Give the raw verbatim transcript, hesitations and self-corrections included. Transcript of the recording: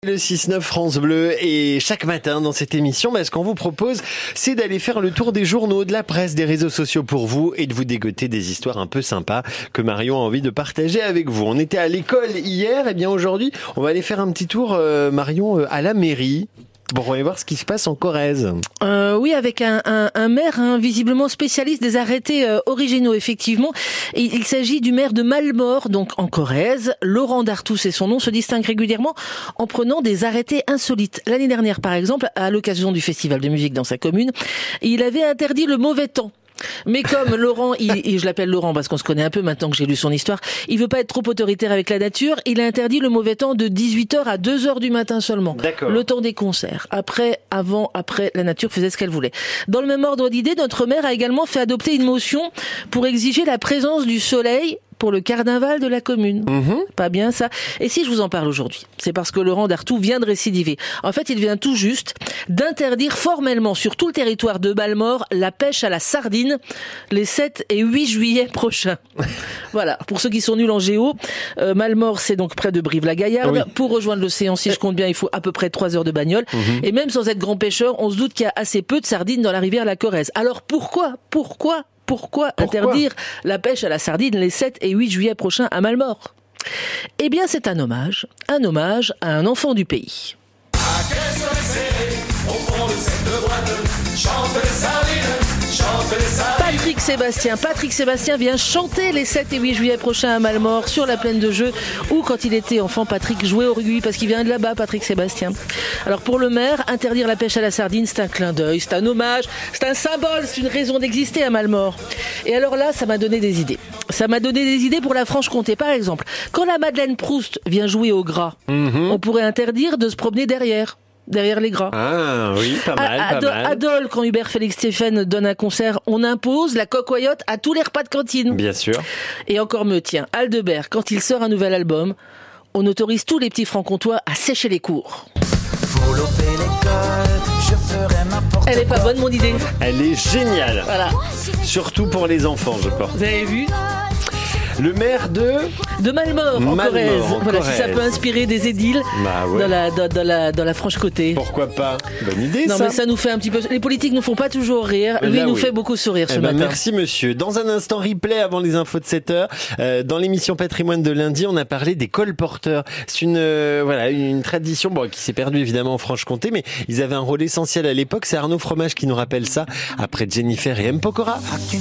Le six neuf France Bleu, et chaque matin dans cette émission, bah, ce qu'on vous propose, c'est d'aller faire le tour des journaux, de la presse, des réseaux sociaux pour vous et de vous dégoter des histoires un peu sympas que Marion a envie de partager avec vous. On était à l'école hier, et bien aujourd'hui, on va aller faire un petit tour, euh, Marion, à la mairie. Bon, on va voir ce qui se passe en Corrèze. Euh, oui, avec un, un, un maire hein, visiblement spécialiste des arrêtés euh, originaux, effectivement. Et il s'agit du maire de Malmort, donc en Corrèze. Laurent Dartout, c'est son nom, se distingue régulièrement en prenant des arrêtés insolites. L'année dernière, par exemple, à l'occasion du festival de musique dans sa commune, il avait interdit le mauvais temps. Mais comme Laurent, il, et je l'appelle Laurent parce qu'on se connaît un peu maintenant que j'ai lu son histoire, il veut pas être trop autoritaire avec la nature, il a interdit le mauvais temps de dix-huit heures à deux heures du matin seulement. D'accord. Le temps des concerts. Après, avant, après, la nature faisait ce qu'elle voulait. Dans le même ordre d'idée, notre maire a également fait adopter une motion pour exiger la présence du soleil pour le carnaval de la commune. Mmh. Pas bien ça. Et si je vous en parle aujourd'hui, c'est parce que Laurent Dartout vient de récidiver. En fait, il vient tout juste d'interdire formellement sur tout le territoire de Malmort la pêche à la sardine les sept et huit juillet prochains. Voilà. Pour ceux qui sont nuls en géo, euh, Malmort, c'est donc près de Brive-la-Gaillarde. Oui. Pour rejoindre l'océan, si je compte bien, il faut à peu près trois heures de bagnole. Mmh. Et même sans être grand pêcheur, on se doute qu'il y a assez peu de sardines dans la rivière la Corrèze. Alors pourquoi, pourquoi Pourquoi, Pourquoi interdire la pêche à la sardine les sept et huit juillet prochains à Malmort ? Eh bien, c'est un hommage, un hommage à un enfant du pays. Patrick Sébastien. Patrick Sébastien vient chanter les sept et huit juillet prochains à Malmort, sur la plaine de Jeux, où quand il était enfant, Patrick jouait au rugby, parce qu'il vient de là-bas, Patrick Sébastien. Alors pour le maire, interdire la pêche à la sardine, c'est un clin d'œil, c'est un hommage, c'est un symbole, c'est une raison d'exister à Malmort. Et alors là, ça m'a donné des idées. Ça m'a donné des idées pour la Franche-Comté. Par exemple, quand la Madeleine Proust vient jouer au Gras, mm-hmm. on pourrait interdire de se promener derrière. Derrière les gras. Ah oui, pas mal, à, Ado- pas mal. À Dole, quand Hubert Félix Stéphane donne un concert, on impose la cocoyote à tous les repas de cantine. Bien sûr. Et encore mieux, tiens, Aldebert, quand il sort un nouvel album, on autorise tous les petits francs-comtois à sécher les cours. Elle est pas bonne, mon idée. Elle est géniale. Voilà. Surtout pour les enfants, je pense. Vous avez vu ? Le maire de... De Malmort, en Malmort, Corrèze. En voilà, Corrèze. Si ça peut inspirer des édiles bah ouais. dans, la, dans, dans, la, dans la Franche-Comté. Pourquoi pas ? Bonne idée, non, ça. Non, mais ça nous fait un petit peu... Les politiques nous font pas toujours rire. Lui, il nous oui. fait beaucoup sourire eh ce ben matin. Merci, monsieur. Dans un instant, replay avant les infos de sept heures. Euh, dans l'émission Patrimoine de lundi, on a parlé des colporteurs. C'est une, euh, voilà, une tradition bon, qui s'est perdue évidemment en Franche-Comté, mais ils avaient un rôle essentiel à l'époque. C'est Arnaud Fromage qui nous rappelle ça, après Jennifer et M. Pokora.